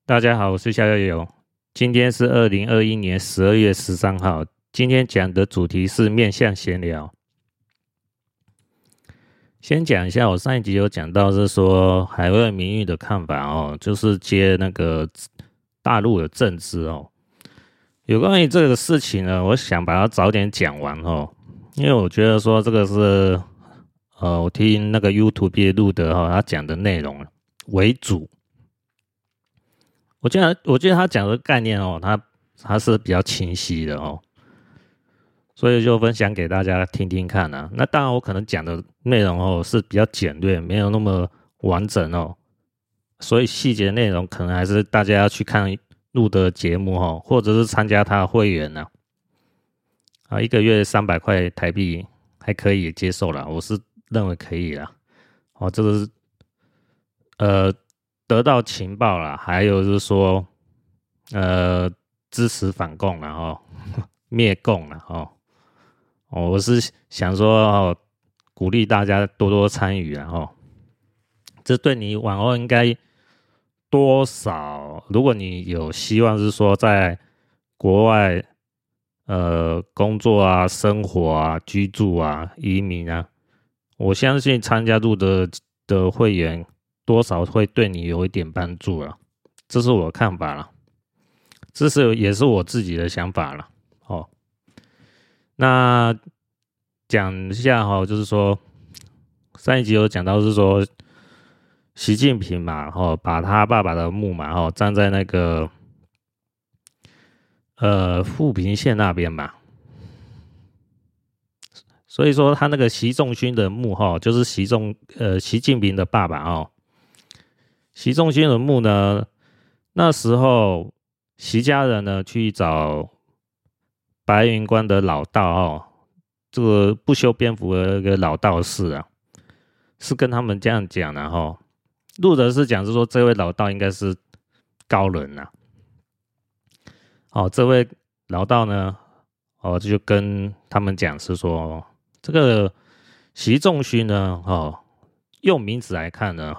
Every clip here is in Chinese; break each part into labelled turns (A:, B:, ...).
A: 大家好，我是夏悠悠。今天是2021年12月13号。今天讲的主题是面向闲聊。先讲一下，我上一集有讲到是说海外民运的看法哦，就是接那个大陆的政治哦。有关于这个事情呢，我想把它早点讲完哦，因为我觉得说这个是我听那个 YouTube 录的他讲的内容为主。我觉得他讲的概念哦，他是比较清晰的哦，所以就分享给大家听听看啊。那当然，我可能讲的内容哦是比较简略，没有那么完整哦，所以细节内容可能还是大家要去看录的节目哦，或者是参加他的会员呢。1个月300块台币还可以接受啦，我是认为可以啦。这个是得到情报啦，还有就是说支持反共啦灭共啦我是想说鼓励大家多多参与啦这对你往后应该多少，如果你有希望是说在国外工作啊、生活啊、居住啊、移民啊，我相信参加入的会员多少会对你有一点帮助啦，这是我的看法啦，也是我自己的想法啦那讲一下就是说上一集有讲到是说习近平嘛把他爸爸的墓嘛站在那个富平县那边嘛，所以说他那个习仲勋的墓就是习近平的爸爸习仲勋的墓呢，那时候习家人呢去找白云关的老道这个不修边幅的一个老道士啊，是跟他们这样讲的录的是讲是说这位老道应该是高人啊。这位老道呢就跟他们讲是说这个习仲勋呢用名字来看呢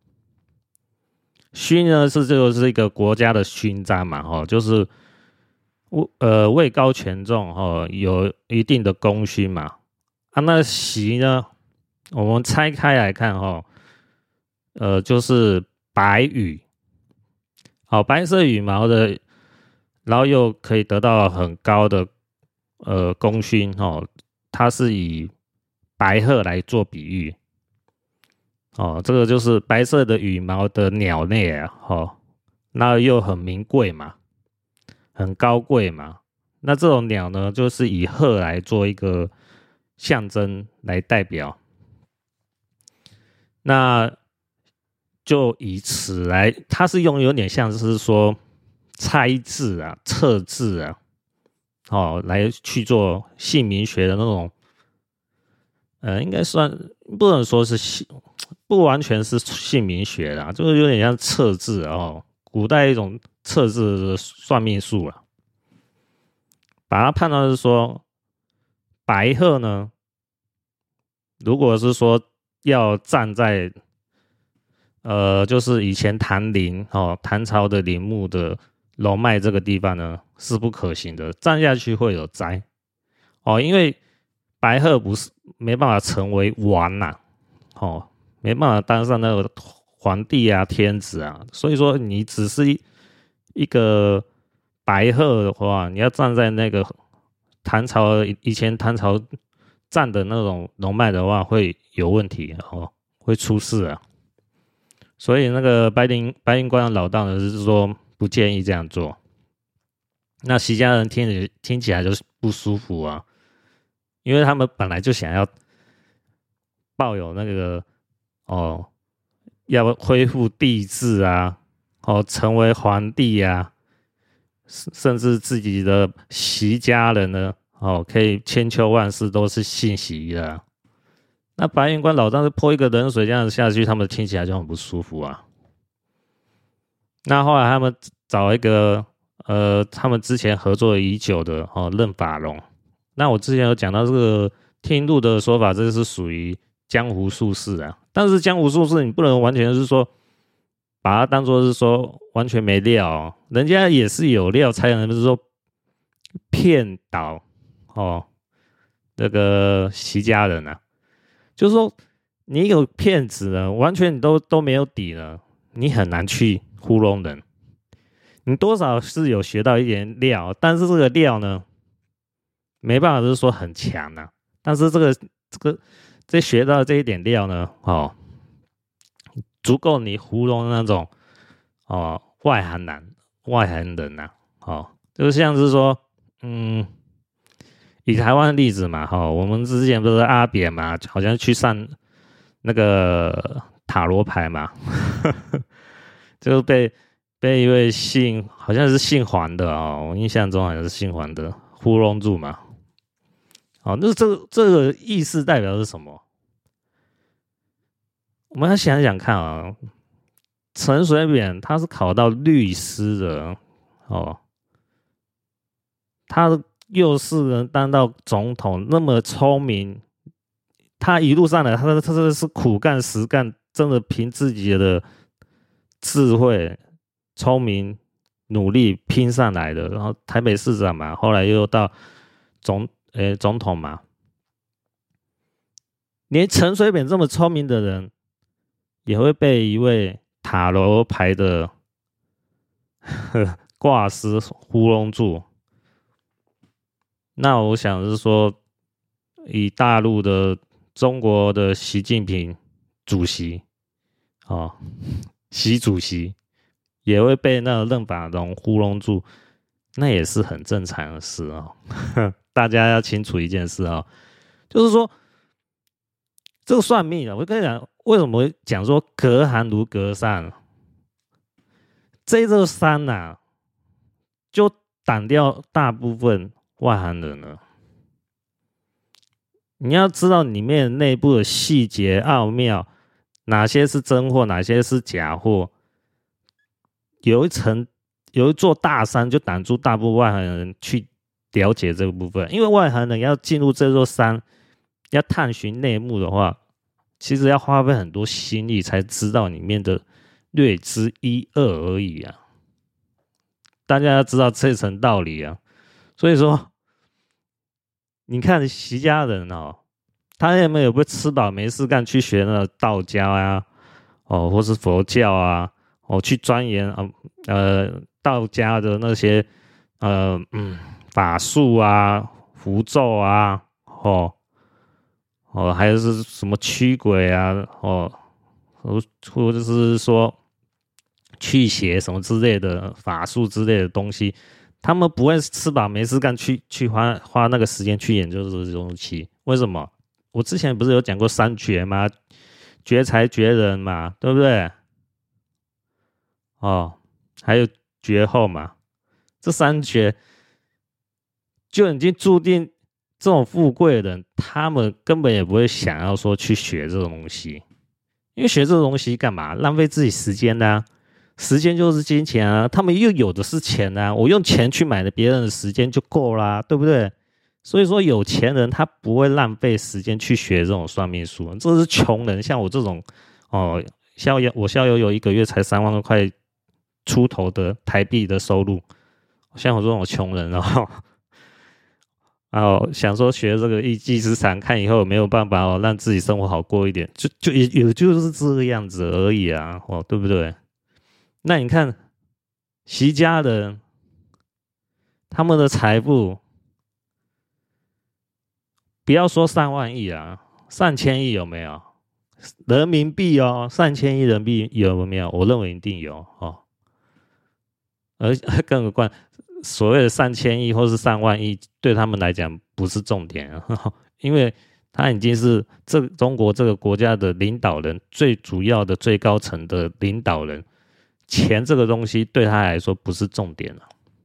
A: 勋呢就是一个国家的勋章嘛就是位高权重有一定的功勋嘛那习呢我们拆开来看就是白羽白色羽毛的，然后又可以得到很高的功勋它是以白鹤来做比喻这个就是白色的羽毛的鸟类那又很名贵嘛，很高贵嘛，那这种鸟呢就是以鹤来做一个象征来代表，那就以此来，它是用有点像是说猜字啊、测字啊来去做姓名学的那种应该算不能说是不完全是姓名学啦，就是有点像测字古代一种测字的算命术啦，把它判断是说白鹤呢，如果是说要站在就是以前唐朝的陵墓的龙脉这个地方呢是不可行的，站下去会有灾因为白鹤没办法成为王没办法当上那个皇帝啊、天子啊，所以说你只是一个白鹤的话，你要站在那个以前唐朝站的那种龙脉的话，会有问题会出事啊。所以那个白云关的老道呢是说不建议这样做。那习家人听起来就是不舒服啊，因为他们本来就想要抱有那个要恢复帝制啊成为皇帝啊，甚至自己的习家人呢可以千秋万世都是姓习的那白云关老道是泼一个冷水这样下去，他们听起来就很不舒服啊。那后来他们找一个他们之前合作已久的任法龙，那我之前有讲到这个听录的说法，这是属于江湖术士啊。但是江湖术士你不能完全是说把它当作是说完全没料哦，人家也是有料才能是说骗倒那个习家人啊，就是说你有骗子呢，完全你都没有底了，你很难去糊弄人。你多少是有学到一点料，但是这个料呢，没办法是说很强啊。但是这学到这一点料呢，足够你糊弄那种外行人呐，就像是说，以台湾的例子嘛，我们之前不是阿扁嘛，好像去上那个塔罗牌嘛，就被一位好像是姓黄的我印象中好像是姓黄的糊弄住嘛。那这个意思代表是什么？我们要想想看啊，陈水扁他是考到律师的他又是能当到总统，那么聪明，他一路上来，他是苦干实干，真的凭自己的智慧、聪明、努力拼上来的。然后台北市长嘛，后来又到总统嘛，连陈水扁这么聪明的人，也会被一位塔罗牌的挂师糊弄住。那我想是说，以大陆的中国的习近平主席习主席也会被那个任法荣糊弄住，那也是很正常的事大家要清楚一件事就是说这个算命我跟你讲，为什么讲说隔行如隔山？这座山就挡掉大部分外行人了。你要知道里面内部的细节奥妙，哪些是真货，哪些是假货。有一座大山就挡住大部分外行人去了解这个部分，因为外行人要进入这座山，要探寻内幕的话，其实要花费很多心力才知道里面的略知一二而已啊。大家要知道这层道理啊。所以说，你看习家人他有没有吃饱没事干去学那个道家啊，或是佛教啊，去钻研道家的那些法术啊、符咒啊，还有是什么驱鬼啊，或者是说驱邪什么之类的法术之类的东西，他们不会吃饱没事干去花那个时间去研究这些东西。为什么？我之前不是有讲过三绝吗？绝才绝人嘛，对不对？还有绝后嘛，这三绝就已经注定这种富贵的人，他们根本也不会想要说去学这种东西，因为学这种东西干嘛？浪费自己时间的时间就是金钱啊，他们又有的是钱啊，我用钱去买了别人的时间就够啦，对不对？所以说有钱人他不会浪费时间去学这种算命术，这是穷人，像我这种我逍遥有1个月才3万块出头的台币的收入，像我这种穷人想说学这个一技之长，看以后有没有办法让自己生活好过一点，也就是这个样子而已啊，对不对？那你看习家人他们的财富，不要说上万亿啊，上千亿有没有？人民币上千亿人民币有没有？我认为一定有而更何况所谓的上千亿或是上万亿，对他们来讲不是重点因为他已经是中国这个国家的领导人，最主要的最高层的领导人，钱这个东西对他来说不是重点了。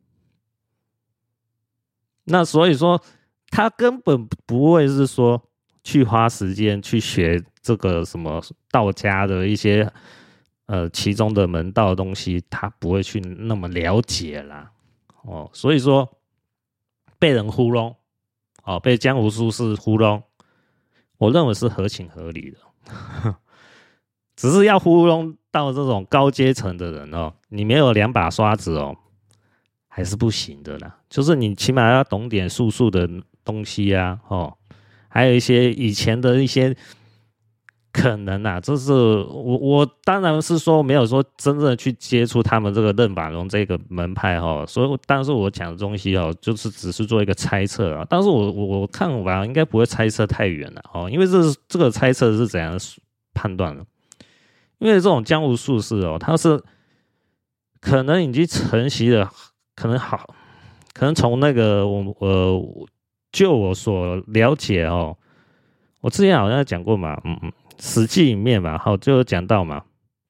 A: 那所以说，他根本不会是说去花时间去学这个什么道家的一些其中的门道的东西，他不会去那么了解啦。所以说被人糊弄被江湖术士糊弄，我认为是合情合理的只是要糊弄到这种高阶层的人哦，你没有两把刷子哦，还是不行的啦。就是你起码要懂点术的东西啊，哦，还有一些以前的一些可能啊，就是我当然是说没有说真正的去接触他们这个任法龙这个门派哈，所以但是我讲的东西哦，就是只是做一个猜测啊。但是我看法应该不会猜测太远了哦，因为这个猜测是怎样判断的？因为这种江湖术士哦，它是可能已经承袭了，可能好，可能从那个就我所了解哦，我之前好像讲过嘛，史记里面嘛，好就有讲到嘛，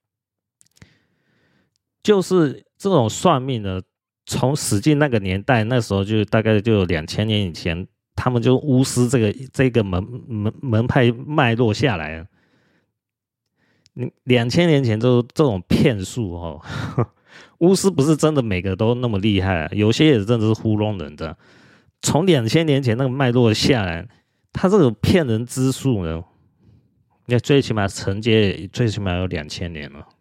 A: 就是这种算命的，从史记那个年代，那时候就大概就2000年以前，他们就巫师这个门派脉络下来了。2000年前都这种骗术哦，巫师不是真的每个都那么厉害，有些也真的是糊弄人的。从2000年前那个脉络下来，他这个骗人之术呢，那最起码承接最起码有2000年了。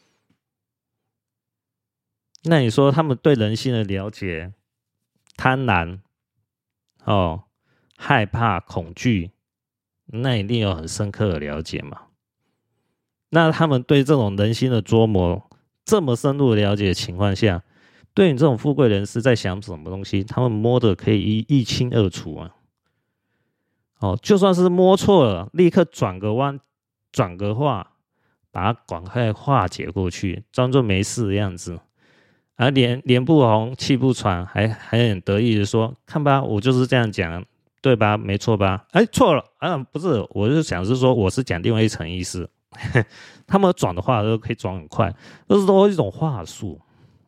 A: 那你说他们对人性的了解，贪婪哦，害怕、恐惧，那一定有很深刻的了解嘛？那他们对这种人心的琢磨这么深入的了解的情况下，对你这种富贵人士在想什么东西，他们摸的可以一清二楚啊。哦，就算是摸错了，立刻转个弯，转个话，把它赶快化解过去，装作没事的样子。而脸不红，气不喘，还很得意的说：“看吧，我就是这样讲，对吧？没错吧？哎，错了啊，不是，我是想是说，我是讲另外一层意思。他们转的话都可以转很快，都是一种话术。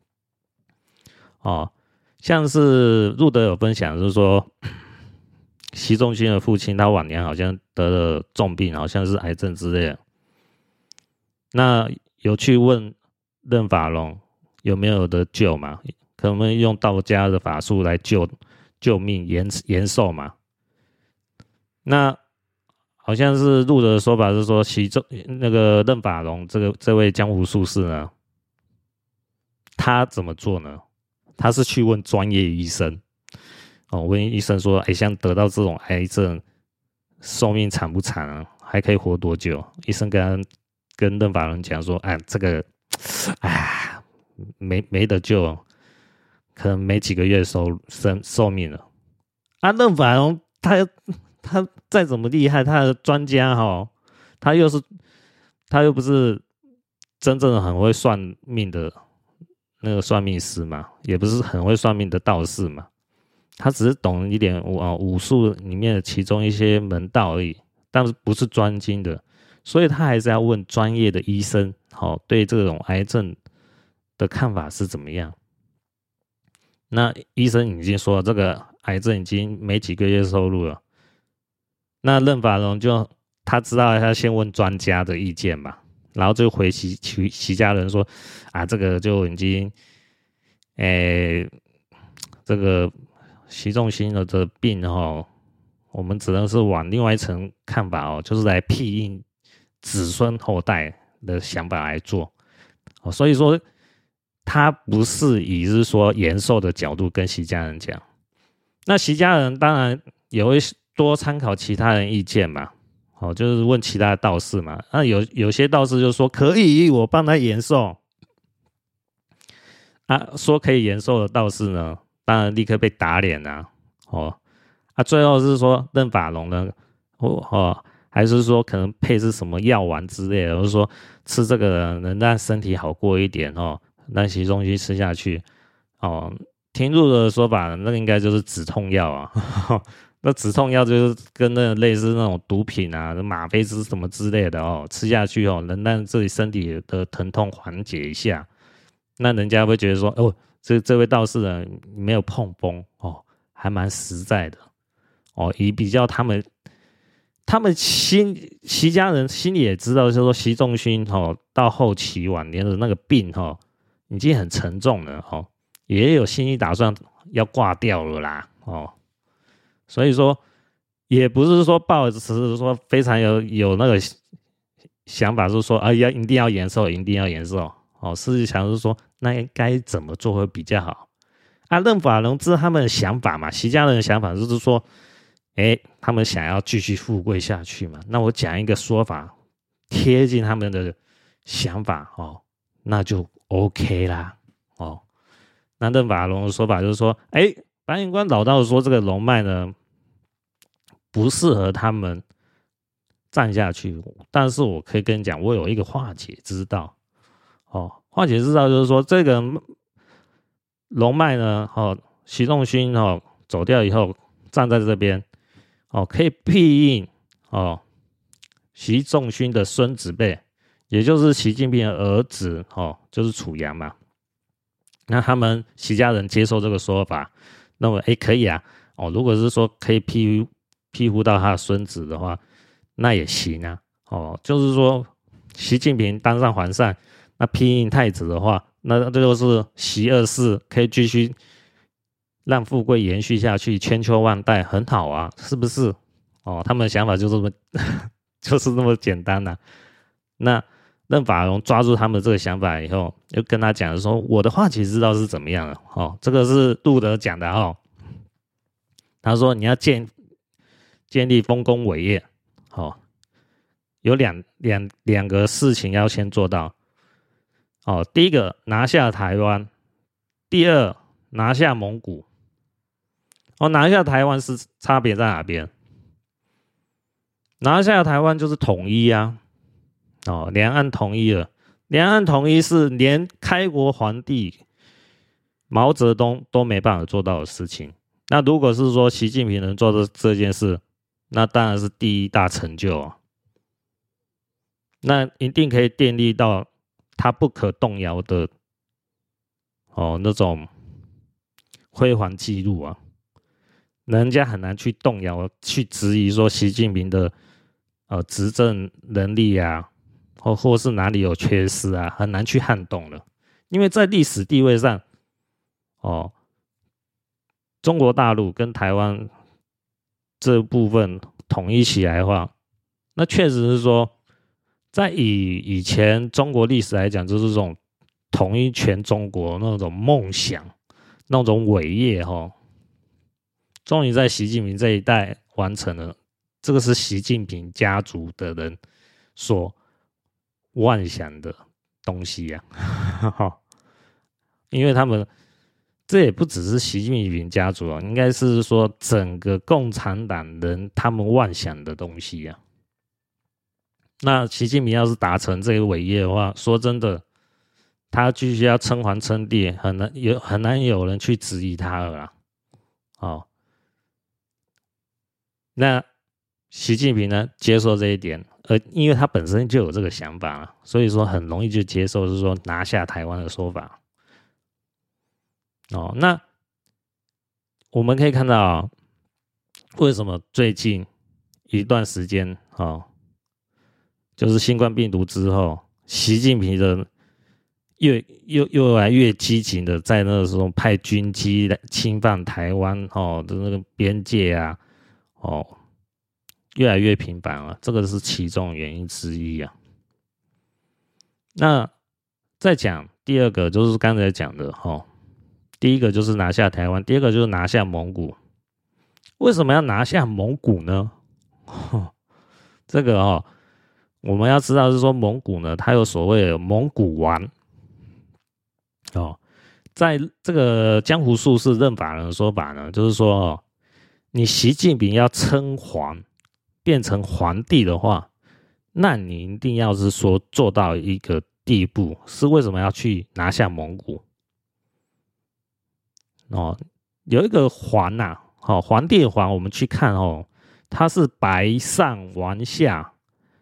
A: 哦，像是路德有分享，就是说，习仲勋的父亲，他晚年好像得了重病，好像是癌症之类的。那有去问任法龙。”有没有得救嘛？可能用道家的法术来救命延寿嘛？那好像是路的说法是说，那个任法龙这位江湖术士呢，他怎么做呢？他是去问专业医生哦，问医生说，哎，像得到这种癌症，寿命长不长啊？还可以活多久？医生跟任法龙讲说，哎，这个，哎。没得救，可能没几个月寿命了。啊，任法龙他再怎么厉害，他的专家哈，他又不是真正的很会算命的那个算命师嘛，也不是很会算命的道士嘛，他只是懂一点武术里面的其中一些门道而已，但是不是专精的，所以他还是要问专业的医生，对这种癌症的看法是怎么样？那医生已经说这个癌症已经没几个月收入了，那任法龙就他知道他先问专家的意见嘛，然后就回齐家人说啊，这个就已经，这个习仲勋的病我们只能是往另外一层看法就是来庇应子孙后代的想法来做，所以说。他不是以是说延寿的角度跟习家人讲，那习家人当然也会多参考其他人意见嘛，就是问其他的道士嘛。那有些道士就说可以，我帮他延寿。啊，说可以延寿的道士呢，当然立刻被打脸啊。最后是说任法龙呢，还是说可能配是什么药丸之类的，或者说吃这个能让身体好过一点让习仲勋吃下去听入的说法，那个应该就是止痛药啊。那止痛药就是跟那类似那种毒品啊，吗啡之什么之类的吃下去能让自己身体的疼痛缓解一下。那人家会觉得说，这位道士呢没有碰风还蛮实在的以比较他们习家人心里也知道，就是说习仲勋到后期晚年的那个病已经很沉重了也有心理打算要挂掉了啦所以说也不是说抱着是说非常有那个想法是说，一定要延寿，一定要延寿。哦，是想是说，那该怎么做会比较好？任法融资他们的想法嘛，习家人的想法就是说，他们想要继续富贵下去嘛。那我讲一个说法，贴近他们的想法哦，那就 OK 啦。哦，那任法融的说法就是说，白眼官老道说这个龙脉呢不适合他们站下去，但是我可以跟你讲，我有一个化解之道。哦，化解之道就是说，这个龙脉呢，习仲勋走掉以后站在这边，可以庇应习仲勋的孙子辈，也就是习近平的儿子就是楚阳嘛。那他们习家人接受这个说法，那么可以啊。如果是说可以庇护到他的孙子的话，那也行啊。就是说习近平当上皇上，那庇应太子的话，那这就是习二世可以继续让富贵延续下去，千秋万代，很好啊，是不是？他们的想法就这么就是这么简单啊。那任法融抓住他们这个想法以后，就跟他讲说，我的化解之道是怎么样的这个是路德讲的他说你要建立丰功伟业，有两个事情要先做到。第一个拿下台湾，第二拿下蒙古。拿下台湾是差别在哪边？拿下台湾就是统一啊。两岸统一了，两岸统一是连开国皇帝毛泽东都没办法做到的事情。那如果是说习近平能做这件事，那当然是第一大成就啊。那一定可以奠定到他不可动摇的那种辉煌记录啊，人家很难去动摇、去质疑说习近平的执政能力啊，或是哪里有缺失啊，很难去撼动了。因为在历史地位上，中国大陆跟台湾这部分统一起来的话，那确实是说，在以前中国历史来讲，就是这种统一全中国那种梦想、那种伟业终于在习近平这一代完成了。这个是习近平家族的人所妄想的东西啊。因为他们这也不只是习近平家族应该是说整个共产党人他们妄想的东西啊。那习近平要是达成这个伟业的话，说真的，他继续要称皇称帝，很难有人去质疑他了啦。那习近平呢接受这一点，因为他本身就有这个想法了，所以说很容易就接受，就是说拿下台湾的说法。那我们可以看到为什么最近一段时间就是新冠病毒之后，习近平的又来越积极的在那个时候派军机来侵犯台湾的那个边界啊，越来越频繁了，这个是其中原因之一啊。那再讲第二个，就是刚才讲的第一个就是拿下台湾，第二个就是拿下蒙古。为什么要拿下蒙古呢？这个我们要知道是说蒙古呢，它有所谓的蒙古王在这个江湖术士任法人的说法呢，就是说你习近平要称皇变成皇帝的话，那你一定要是说做到一个地步，是为什么要去拿下蒙古？有一个皇皇帝的皇，我们去看它是白上王下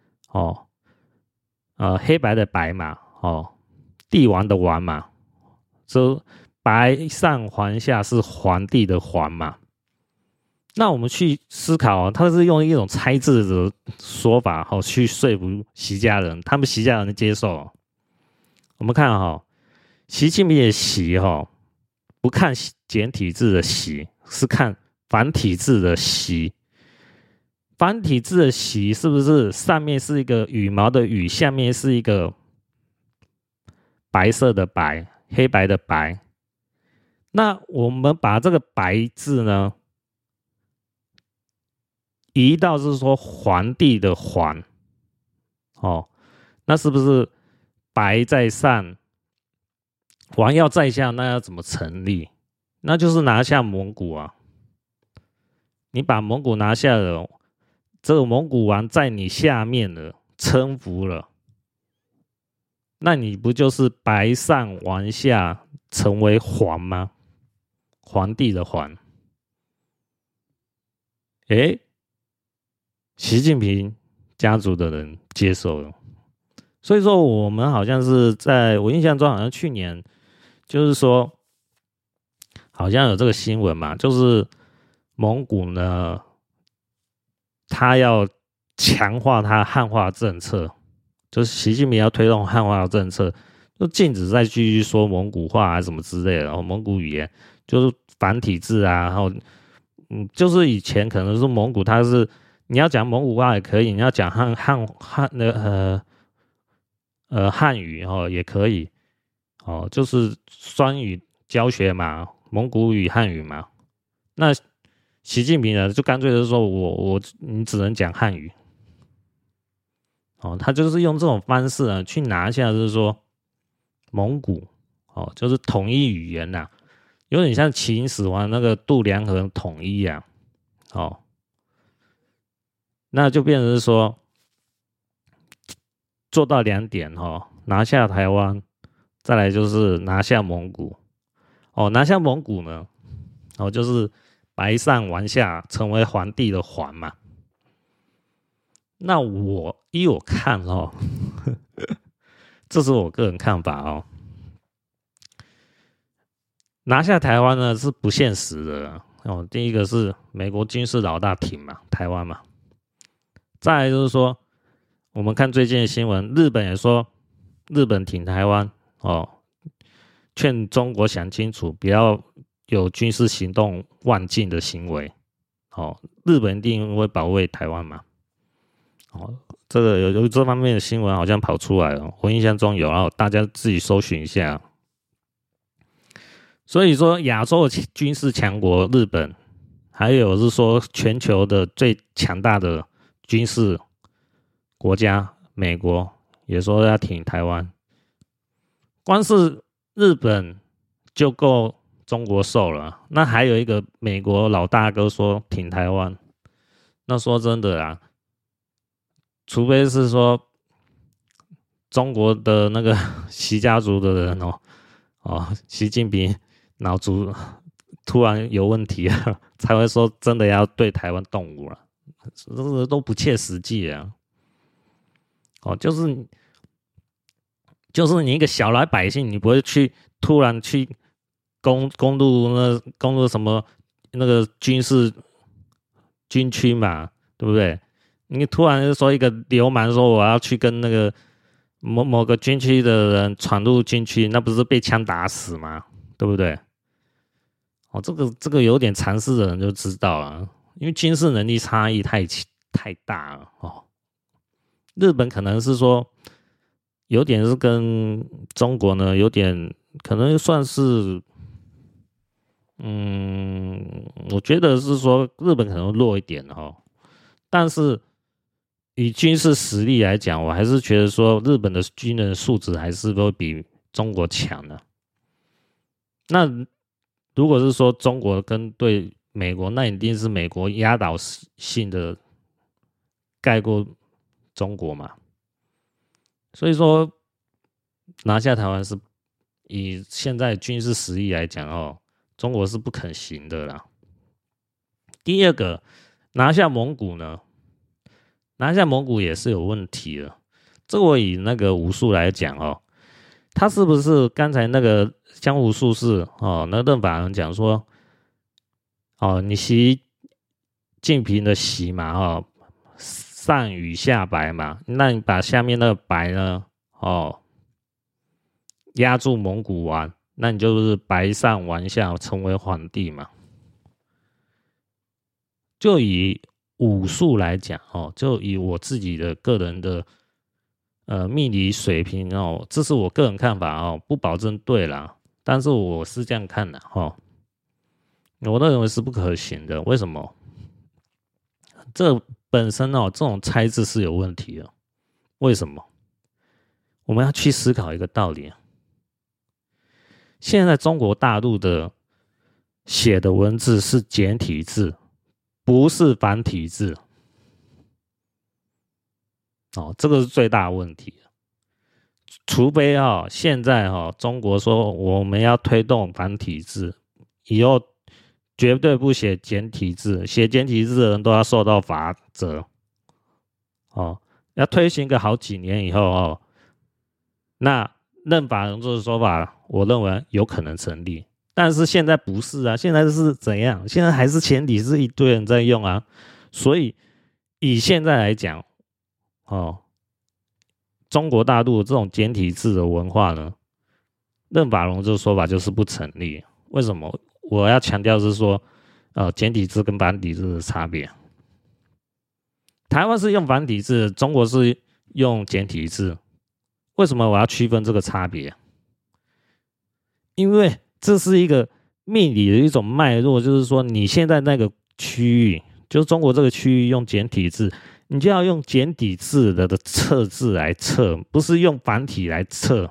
A: 黑白的白嘛帝王的王嘛，这白上皇下是皇帝的皇嘛。那我们去思考他是用一种猜字的说法去说服习家人，他们习家人接受。我们看习近平的习不看简体字的习，是看繁体字的习。 繁体字的习是不是上面是一个羽毛的羽，下面是一个白色的白，黑白的白？那我们把这个白字呢，移到是说皇帝的皇，哦，那是不是白在上，王要在下？那要怎么成立？那就是拿下蒙古啊！你把蒙古拿下了，这个蒙古王在你下面了，臣服了，那你不就是白上王下，成为皇吗？皇帝的皇。诶，习近平家族的人接受了，所以说我们好像是在我印象中，好像去年就是说，好像有这个新闻嘛，就是蒙古呢，他要强化他汉化政策，就是习近平要推动汉化政策，就禁止再继续说蒙古话啊什么之类的，然后蒙古语言就是繁体字啊，然后就是以前可能是蒙古，它是你要讲蒙古话也可以，你要讲汉语哦也可以哦，就是双语教学嘛，蒙古语汉语嘛。那习近平呢，就干脆就是说你只能讲汉语哦，他就是用这种方式呢去拿下，就是说蒙古哦，就是统一语言呐、有点像秦始皇那个度量衡统一啊，哦，那就变成是说做到2点哦，拿下台湾，再来就是拿下蒙古哦，拿下蒙古呢，哦就是白上王下，成为皇帝的皇嘛。那依我看哦，这是我个人看法哦。拿下台湾呢是不现实的哦。第一个是美国军事老大挺嘛，台湾嘛。再来就是说，我们看最近的新闻，日本也说日本挺台湾哦，劝中国想清楚，不要有军事行动忘境的行为。哦，日本一定会保卫台湾嘛。哦，这个有这方面的新闻好像跑出来了，我印象中有，然后大家自己搜寻一下。所以说，亚洲的军事强国日本，还有是说全球的最强大的军事国家美国，也说要挺台湾。光是日本就够中国受了，那还有一个美国老大哥说挺台湾，那说真的啊，除非是说中国的那个习家族的人习近平脑子突然有问题了，才会说真的要对台湾动武了，这个都不切实际啊！哦，就是你一个小老百姓，你不会去突然去攻入什么那个军区嘛，对不对？你突然就说一个流氓说我要去跟那个某个军区的人闯入军区，那不是被枪打死吗？对不对？哦，这个有点常识的人就知道了，因为军事能力差异太大了哦。日本可能是说有点是跟中国呢有点可能算是，我觉得是说日本可能弱一点哦，但是以军事实力来讲，我还是觉得说日本的军人素质还是都比中国强的。那如果是说中国跟对美国，那一定是美国压倒性的盖过中国嘛。所以说拿下台湾是以现在军事实力来讲哦，中国是不可行的啦。第二个，拿下蒙古呢，拿下蒙古也是有问题的。这我以那个武术来讲哦，他是不是刚才那个江湖术士哦，那任法人讲说，哦，你习近平的习嘛，哦，上与下白嘛，那你把下面那个白呢，哦，压住蒙古王，那你就是白上王下，成为皇帝嘛。就以武术来讲哦，就以我自己的个人的命理水平哦，这是我个人看法哦，不保证对啦，但是我是这样看的哦，我认为是不可行的。为什么？这本身哦，这种猜字是有问题的。为什么？我们要去思考一个道理。现在中国大陆的写的文字是简体字，不是繁体字。哦，这个是最大的问题。除非现在中国说我们要推动繁体字，以后绝对不写简体字，写简体字的人都要受到罚则。哦，要推行个好几年以后那任法人这个说法，我认为有可能成立。但是现在不是啊，现在是怎样？现在还是简体字一堆人在用啊，所以以现在来讲，中国大陆这种简体字的文化呢，任法荣这个说法就是不成立。为什么？我要强调是说，简体字跟繁体字的差别。台湾是用繁体字，中国是用简体字。为什么我要区分这个差别？因为这是一个命理的一种脉络，就是说你现在那个区域，就是中国这个区域用简体字，你就要用简体字的测字来测，不是用繁体来测。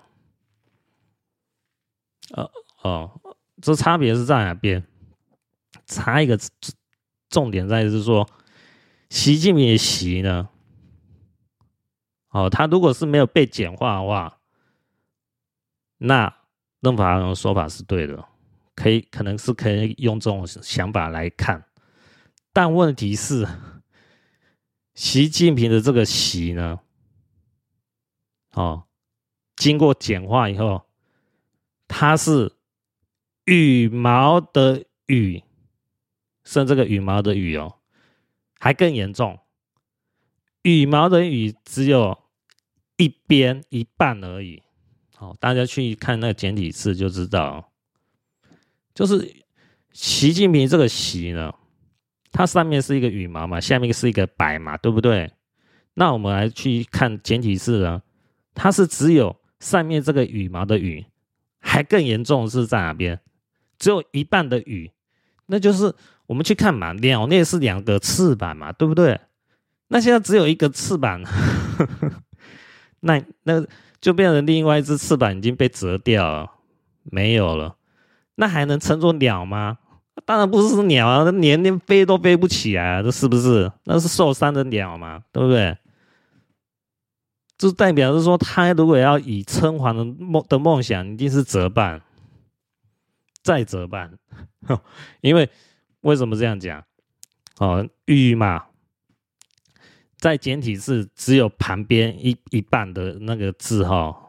A: 这差别是在哪边？差一个重点在于是说，习近平的习呢，他如果是没有被简化的话，那任法荣的说法是对的，可能是可以用这种想法来看，但问题是，习近平的这个习呢，经过简化以后，它是羽毛的羽，甚至这个羽毛的羽还更严重，羽毛的羽只有一边一半而已。大家去看那个简体字就知道，就是习近平这个习呢，它上面是一个羽毛嘛，下面是一个白嘛，对不对？那我们来去看简体字呢，它是只有上面这个羽毛的羽，还更严重的是在哪边？只有一半的羽，那就是我们去看嘛，鸟类是2个翅膀嘛，对不对？那现在只有1个翅膀，那就变成另外一只翅膀已经被折掉了，没有了，那还能称作鸟吗？当然不是鸟啊，那连飞都飞不起来，这是不是？那是受伤的鸟嘛，对不对？这代表是说，他如果要以称皇的梦想，一定是折半，再折半。因为为什么这样讲？羽嘛，在简体字只有旁边一半的那个字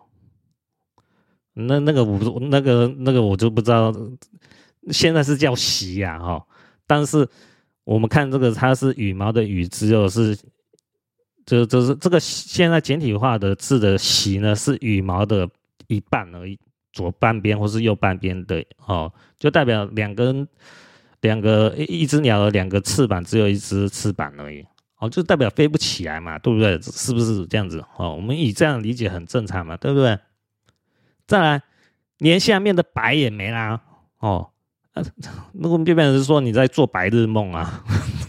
A: 那个我就不知道，现在是叫习呀但是我们看这个，它是羽毛的羽，只有是。就是这个现在简体化的字的习呢，是羽毛的一半而已，左半边或是右半边的就代表一只鸟的2个翅膀只有1只翅膀而已就代表飞不起来嘛，对不对？是不是这样子我们以这样理解很正常嘛，对不对？再来，连下面的白也没啦那我们就变成是说你在做白日梦啊。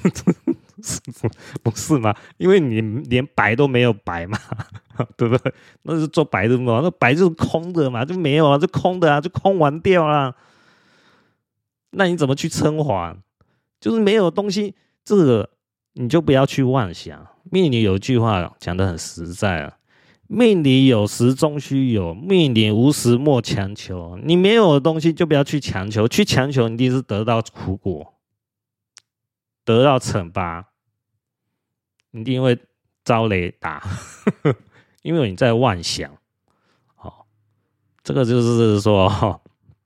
A: 不是吗？因为你连白都没有白嘛，对不对？那是做白日梦，那白就是空的嘛，就没有啊，就空的啊，就空完掉了。那你怎么去称皇？就是没有东西，这个你就不要去妄想。命理有一句话讲得很实在啊，命理有时终须有，命理无时莫强求。你没有的东西就不要去强求，去强求一定是得到苦果。得到惩罚，一定会遭雷打，因为你在妄想。这个就是说，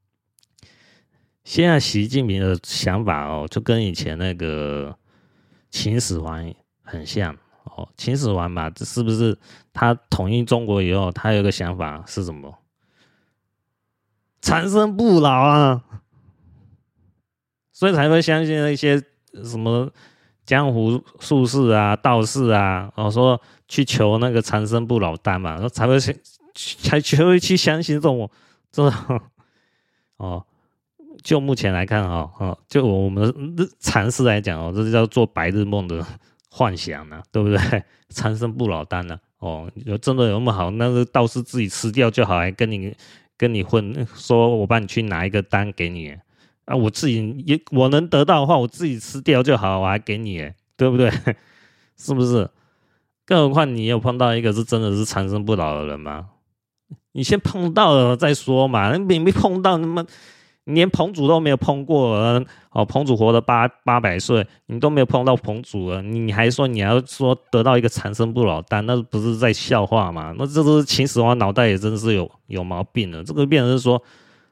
A: 现在习近平的想法就跟以前那个秦始皇很像秦始皇嘛，这是不是他统一中国以后，他有一个想法是什么？长生不老啊，所以才会相信那些什么江湖术士啊、道士啊，说去求那个长生不老丹嘛，才会去相信这种哦。就目前来看就我们禅师来讲这叫做白日梦的幻想呢、对不对？长生不老丹呢、真的有那么好？那个道士自己吃掉就好，还跟你混，说我帮你去拿一个丹给你啊，我能得到的话，我自己吃掉就好，我还给你，对不对？是不是？更何况你有碰到一个是真的是长生不老的人吗？你先碰到了再说嘛，你没碰到，你连彭祖都没有碰过，彭祖活了800岁，你都没有碰到彭祖了，你还说你要说得到一个长生不老丹，那不是在笑话吗？那这是秦始皇脑袋也真是有毛病了。这个变成是说，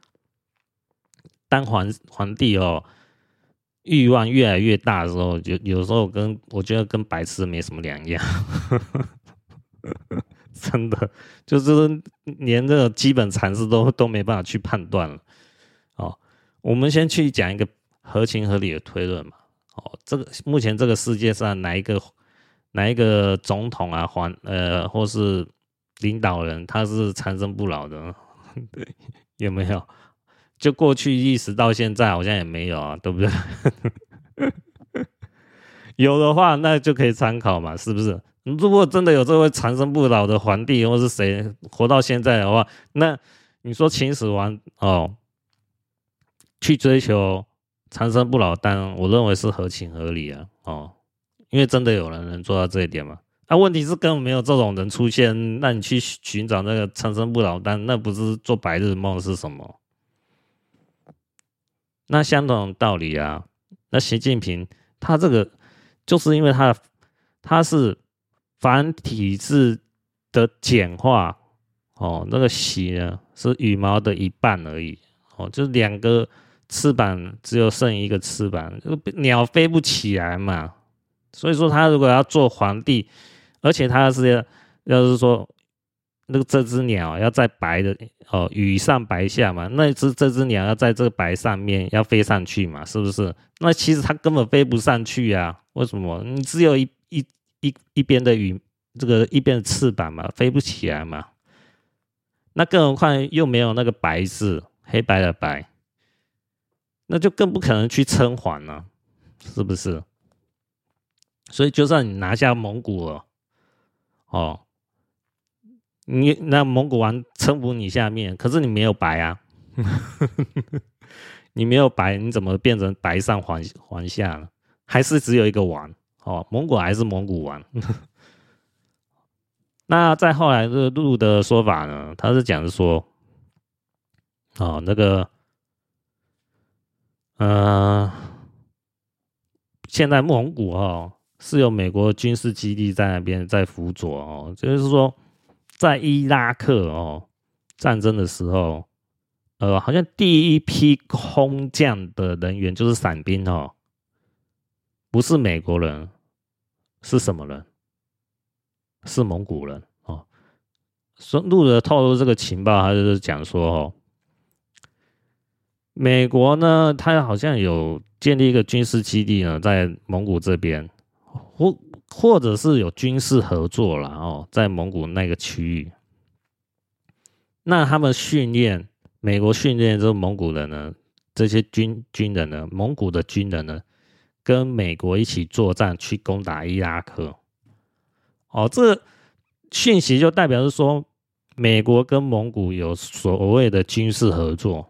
A: 当皇帝欲望越来越大的时候，有时候我觉得跟白痴没什么两样，真的就是连这个基本常识都没办法去判断了。我们先去讲一个合情合理的推论嘛。目前这个世界上哪一个总统啊，或是领导人，他是长生不老的？有没有？就过去历史到现在好像也没有啊，对不对？有的话，那就可以参考嘛，是不是？如果真的有这位长生不老的皇帝，或是谁活到现在的话，那你说秦始皇去追求长生不老丹，我认为是合情合理啊，因为真的有人能做到这一点嘛。问题是根本没有这种人出现，那你去寻找那个长生不老丹，那不是做白日梦是什么？那相同的道理啊，那习近平他这个就是因为他是繁体字的简化，那个习呢是羽毛的一半而已，就是2个翅膀只有剩1个翅膀，鸟飞不起来嘛。所以说他如果要做皇帝，而且他要是说这只鸟要在白的羽上白下嘛，那这只鸟要在这个白上面要飞上去嘛，是不是？那其实它根本飞不上去啊，为什么？你只有一边的一边的翅膀嘛，飞不起来嘛。那更何况又没有那个白字，黑白的白，那就更不可能去称皇了，是不是？所以就算你拿下蒙古了，那蒙古王臣服你下面，可是你没有白啊，你没有白，你怎么变成白上皇下呢？还是只有一个王蒙古还是蒙古王。那再后来这个陆的说法呢，他是讲说，那个现在蒙古是有美国军事基地在那边在辅佐就是说在伊拉克战争的时候，好像第一批空降的人员就是伞兵不是美国人，是什么人？是蒙古人陆的透露这个情报，他就是讲说美国呢，他好像有建立一个军事基地呢，在蒙古这边，或者是有军事合作啦在蒙古那个区域。那他们美国训练这个蒙古人呢，这些军人呢，蒙古的军人呢，跟美国一起作战去攻打伊拉克。这个讯息就代表是说，美国跟蒙古有所谓的军事合作。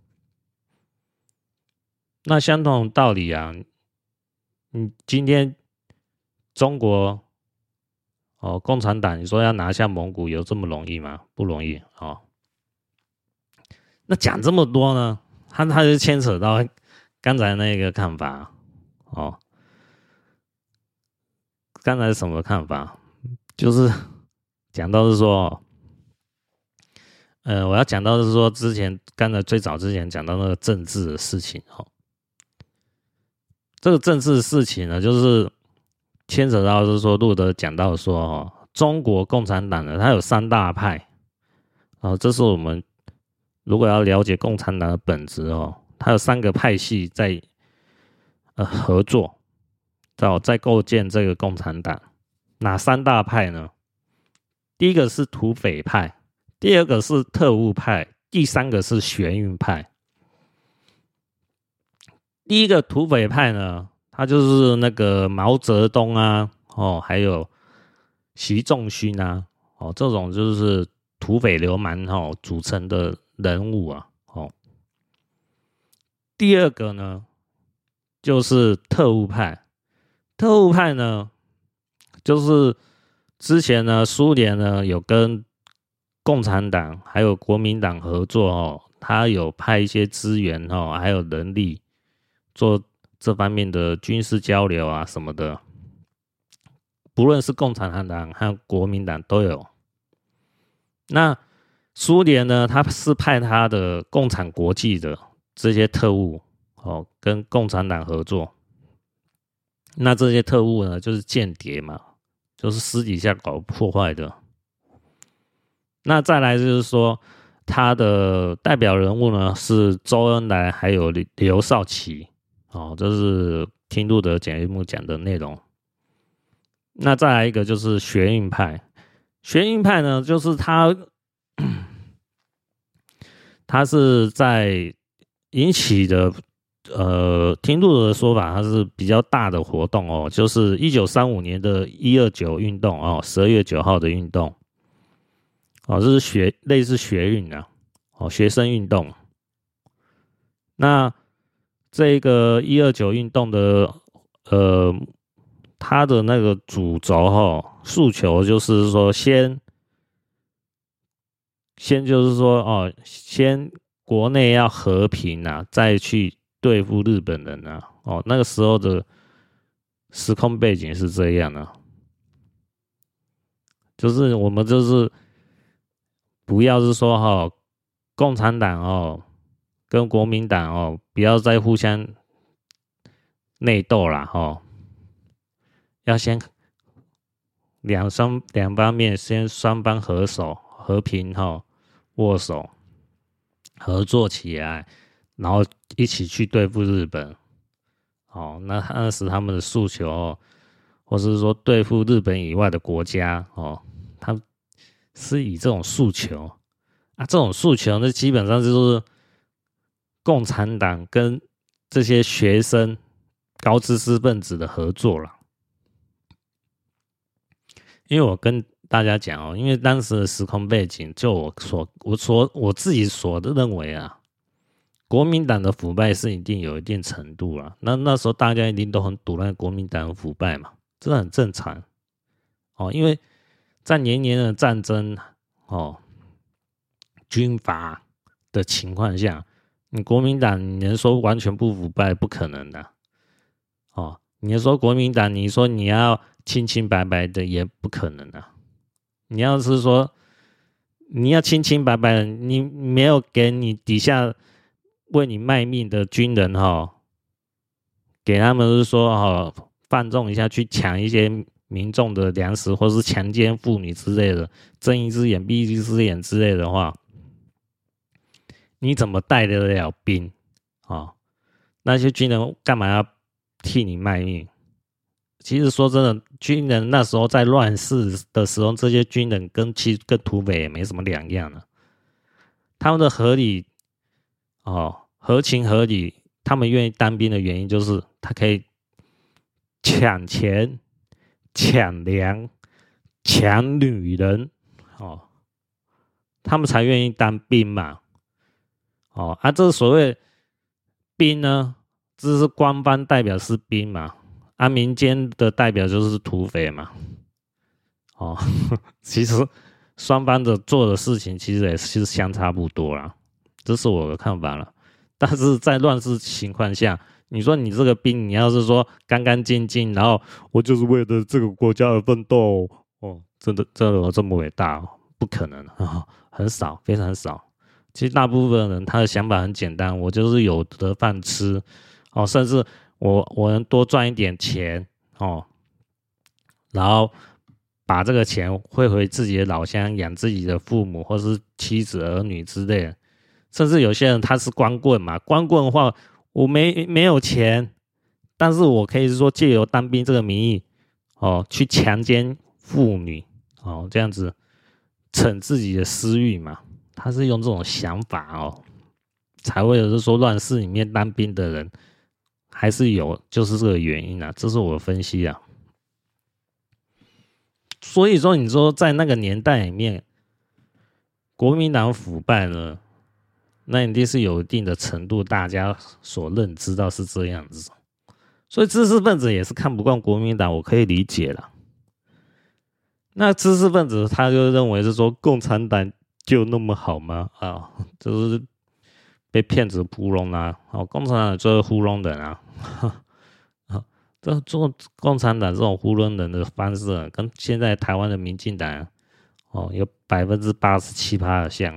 A: 那相同的道理啊，你今天中国共产党，你说要拿下蒙古有这么容易吗？不容易那讲这么多呢，他就牵扯到刚才那个看法刚才是什么看法？就是讲到是说，我要讲到是说，刚才最早之前讲到那个政治的事情这个政治的事情呢，就是牵扯到是说，路德讲到说中国共产党呢，它有3大派这是我们如果要了解共产党的本质它有3个派系在合作， 在构建这个共产党。哪三大派呢？第一个是土匪派，第二个是特务派，第三个是学运派。第一个土匪派呢，他就是那个毛泽东啊，还有习仲勋啊，这种就是土匪流氓组成的人物啊，第二个呢，就是特务派。特务派呢，就是之前呢，苏联呢有跟共产党还有国民党合作他有派一些资源还有人力做这方面的军事交流啊什么的，不论是共产党和国民党都有。那苏联呢，他是派他的共产国际的这些特务跟共产党合作。那这些特务呢，就是间谍嘛，就是私底下搞破坏的。那再来就是说，他的代表人物呢是周恩来还有刘少奇，这是听路德节目讲的内容。那再来一个就是学运派。学运派呢，就是他是在引起的听路德的说法，它是比较大的活动就是1935年的129运动12月9号的运动这是类似学运啊学生运动。那这个129运动的它的那个主轴诉求就是说先就是说先国内要和平啊，再去对付日本人啊那个时候的时空背景是这样的就是我们就是不要是说共产党跟国民党不要再互相内斗啦要先两方面先双方和平握手合作起来，然后一起去对付日本那时他们的诉求或是说对付日本以外的国家他们是以这种诉求这种诉求呢，基本上就是共产党跟这些学生高知识分子的合作啦。因为我跟大家讲因为当时的时空背景，就我自己所认为啊，国民党的腐败是一定有一定程度啦。那时候大家一定都很堵烂国民党的腐败嘛，这很正常因为在年年的战争军阀的情况下，你国民党你能说完全不腐败，不可能的你说国民党，你说你要清清白白的，也不可能啊。你要是说你要清清白白的，你没有给你底下为你卖命的军人给他们是说放纵一下，去抢一些民众的粮食，或是强奸妇女之类的，睁一只眼闭一只眼之类的话，你怎么带得了兵那些军人干嘛要替你卖命？其实说真的，军人那时候在乱世的时候，这些军人跟土匪也没什么两样了。他们的合情合理，他们愿意当兵的原因就是他可以抢钱、抢粮、抢女人他们才愿意当兵嘛这所谓兵呢，这是官方代表是兵嘛民间的代表就是土匪嘛其实双方的做的事情其实也是相差不多啦，这是我的看法啦。但是在乱世情况下，你说你这个兵，你要是说干干净净，然后我就是为了这个国家而奋斗真的这么伟大不可能很少，非常少。其实大部分人他的想法很简单，我就是有得饭吃甚至我能多赚一点钱然后把这个钱汇回自己的老乡，养自己的父母或是妻子儿女之类的。甚至有些人他是光棍嘛，光棍的话我没有钱， 但是我可以说借由当兵这个名义，去强奸妇女，这样子逞自己的私欲嘛。他是用这种想法才会有是说乱世里面当兵的人还是有，就是这个原因啊，这是我的分析啊。所以说，你说在那个年代里面，国民党腐败呢，那一定是有一定的程度，大家所认知到是这样子。所以知识分子也是看不惯国民党，我可以理解啦。那知识分子他就认为是说共产党就那么好吗？就是被骗子糊弄啊！共产党就是糊弄人啊！这做共产党这种糊弄人的方式，跟现在台湾的民进党有87%的像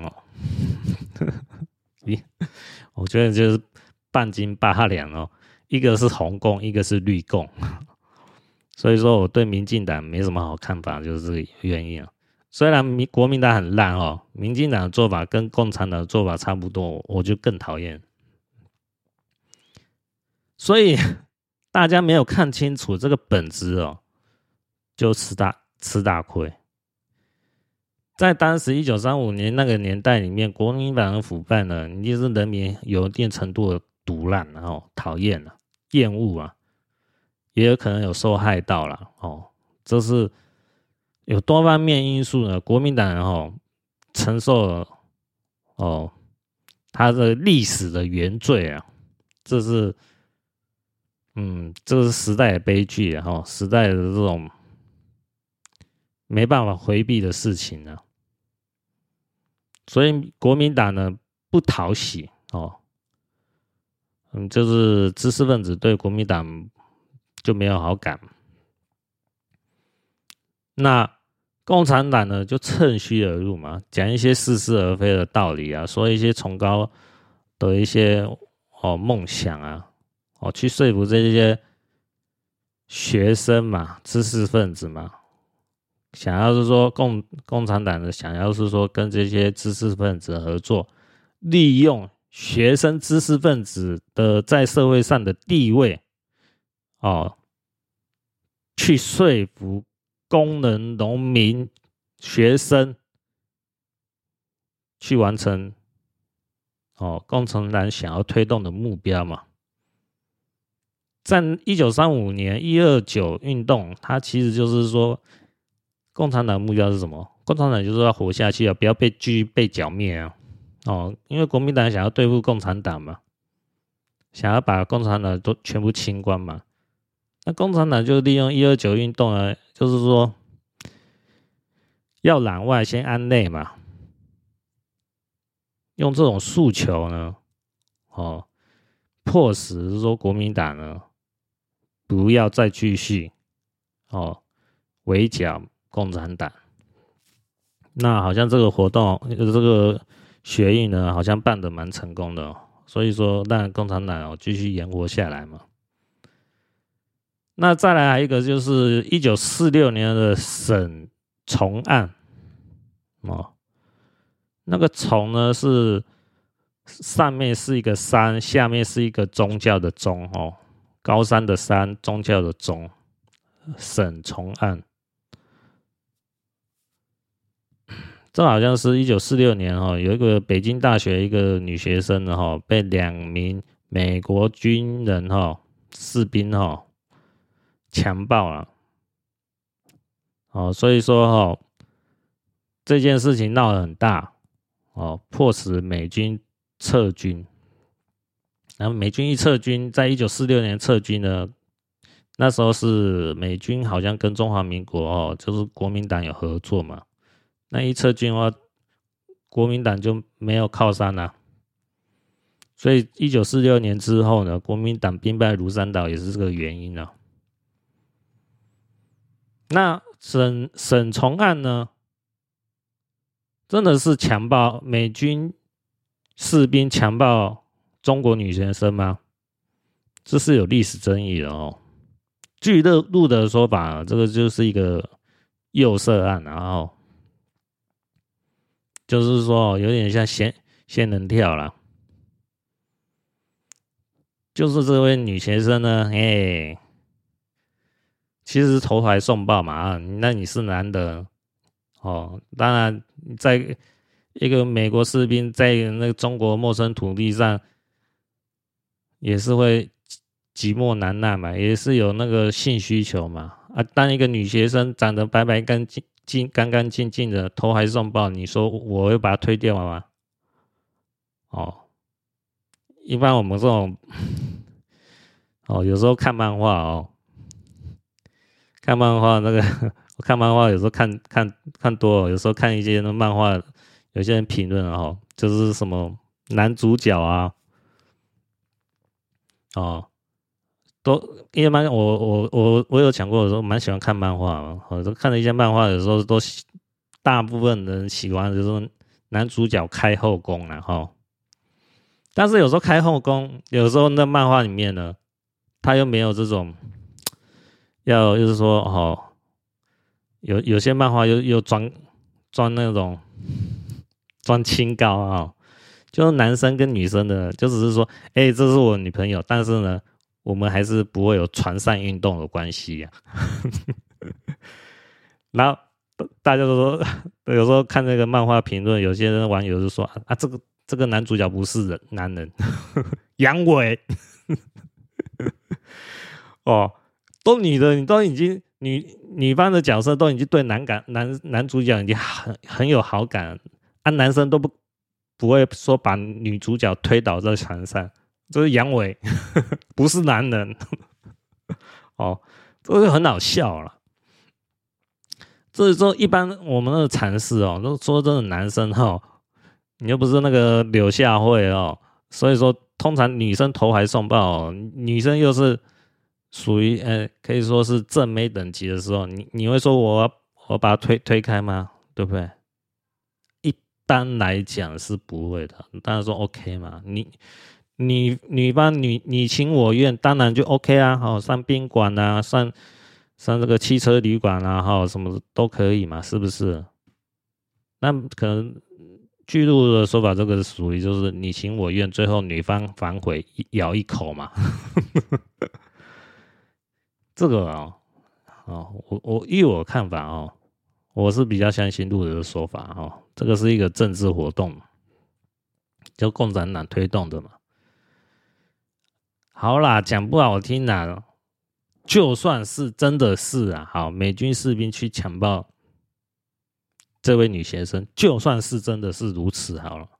A: 我觉得就是半斤八两一个是红共，一个是绿共，所以说我对民进党没什么好看法，就是这个原因啊。虽然国民党很烂民进党的做法跟共产党的做法差不多，我就更讨厌。所以大家没有看清楚这个本质就吃大亏。在当时1935年那个年代里面，国民党的腐败呢，一定是人民有一定程度的毒烂，然后讨厌了、厌恶啊，也有可能有受害到了这是有多方面因素呢。国民党承受了他的历史的原罪啊，这是时代的悲剧时代的这种没办法回避的事情啊。所以国民党呢不讨喜就是知识分子对国民党就没有好感。那共产党呢就趁虚而入嘛，讲一些似是而非的道理啊，说一些崇高的一些梦想啊，去说服这些学生嘛、知识分子嘛，想要是说共产党的想要是说跟这些知识分子合作，利用学生知识分子的在社会上的地位去说服工人、农民、学生去完成共产党想要推动的目标嘛。在1935年129运动，它其实就是说共产党的目标是什么？共产党就是要活下去不要继续被剿灭啊！因为国民党想要对付共产党嘛，想要把共产党都全部清光嘛。那共产党就利用129运动呢，就是说要攘外先安内嘛，用这种诉求呢，迫使说国民党呢不要再继续围剿共产党。那好像这个活动这个学运呢，好像办得蛮成功的所以说让共产党继续延活下来嘛。那再来还有一个就是1946年的沈从案那个从呢是上面是一个山，下面是一个宗教的宗高山的山，宗教的宗，沈从案。这好像是1946年有一个北京大学一个女学生被2名美国军人士兵强暴了所以说这件事情闹得很大迫使美军撤军。然后美军一撤军，在1946年撤军呢，那时候是美军好像跟中华民国就是国民党有合作嘛。那一撤军的话，国民党就没有靠山了所以1946年之后呢，国民党兵败如山倒也是这个原因啊。那沈从案呢，真的是强暴美军士兵强暴中国女学生吗？这是有历史争议的据路的说法，这个就是一个诱色案，然后就是说有点像仙人跳啦。 就是这位女学生呢，其实投怀送抱嘛啊，那你是男的哦，当然在一个美国士兵在那个中国陌生土地上，也是会寂寞难耐嘛，也是有那个性需求嘛啊。当一个女学生长得白白干干净净的，投怀送抱，你说我会把她推掉吗？哦，一般我们这种哦，有时候看漫画哦，看漫画那个我看漫画有时候看多了，有时候看一些那漫画，有些人评论哦，就是什么男主角啊，哦，都因为我有讲过，我说蛮喜欢看漫画嘛，我都看了一些漫画，有时候都大部分人喜欢就是男主角开后宫然后，但是有时候开后宫，有时候那漫画里面呢，他又没有这种就是说哦，有些漫画又装那种装清高啊、就是男生跟女生的，就只是说，这是我女朋友，但是呢，我们还是不会有传散运动的关系呀、然后大家都说，有时候看那个漫画评论，有些人网友就说啊，这个男主角不是男人，阳痿哦，都女的，你都已经女方的角色都已经对男主角已经很有好感，啊，男生都不会说把女主角推倒在床上，这是阳痿，不是男人哦，这就很好笑了。这是说一般我们的禅师哦，都说真的男生哦，你又不是那个柳下惠哦，所以说通常女生投怀送抱、哦，女生又是属于可以说是正妹等级的时候，你会说我把她推开吗？对不对？一般来讲是不会的，当然说 OK 嘛，女方你情我愿，当然就 OK 啊，好、上宾馆啊，上这个汽车旅馆啊，哈，什么都可以嘛，是不是？那可能剧录的说法，这个属于就是你情我愿，最后女方反悔咬一口嘛。这个依我看法哦，我是比较相信路德的说法哦，这个是一个政治活动，就共产党推动的嘛。好啦，讲不好听啦，就算是真的是啊，好，美军士兵去强暴这位女学生，就算是真的是如此好了，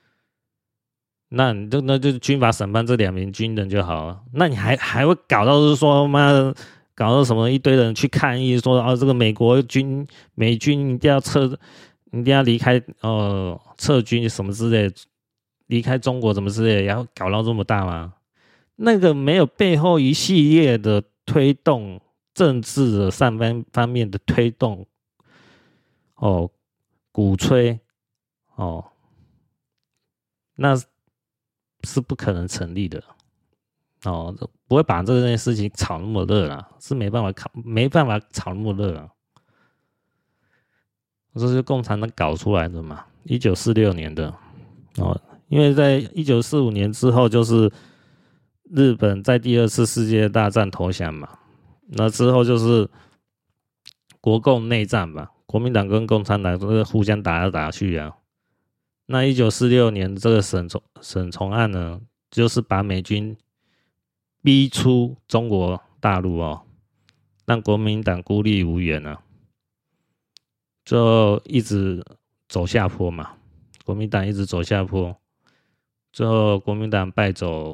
A: 那就军法审判这2名军人就好了。那你还会搞到是说妈的，搞到什么一堆人去抗议说这个美军一定要一定要离开撤军什么之类，离开中国什么之类，然后搞到这么大吗？那个没有背后一系列的推动政治的方面的推动哦，鼓吹哦，那是不可能成立的哦，不会把这件事情炒那么热啦，是没办法炒那么热啊。这是共产党搞出来的嘛，1946年的哦，因为在1945年之后，就是日本在第2次世界大战投降嘛，那之后就是国共内战嘛，国民党跟共产党都是互相打来打去啊。那1946年这个沈从案呢，就是把美军逼出中国大陆哦，让国民党孤立无援啊，就一直走下坡嘛，国民党一直走下坡，最后国民党败走，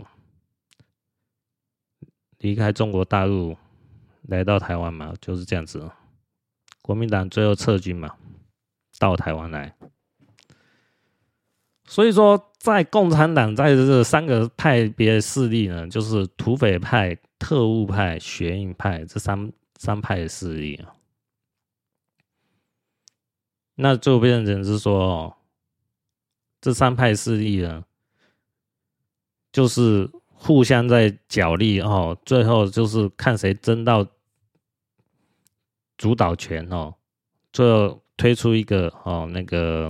A: 离开中国大陆，来到台湾嘛，就是这样子。国民党最后撤军嘛，到台湾来。所以说，在共产党在这3个派别势力呢，就是土匪派、特务派、学运派这三派的势力啊。那就变成是说，这3派势力呢，就是互相在角力哦，最后就是看谁争到主导权哦，最后推出一个那个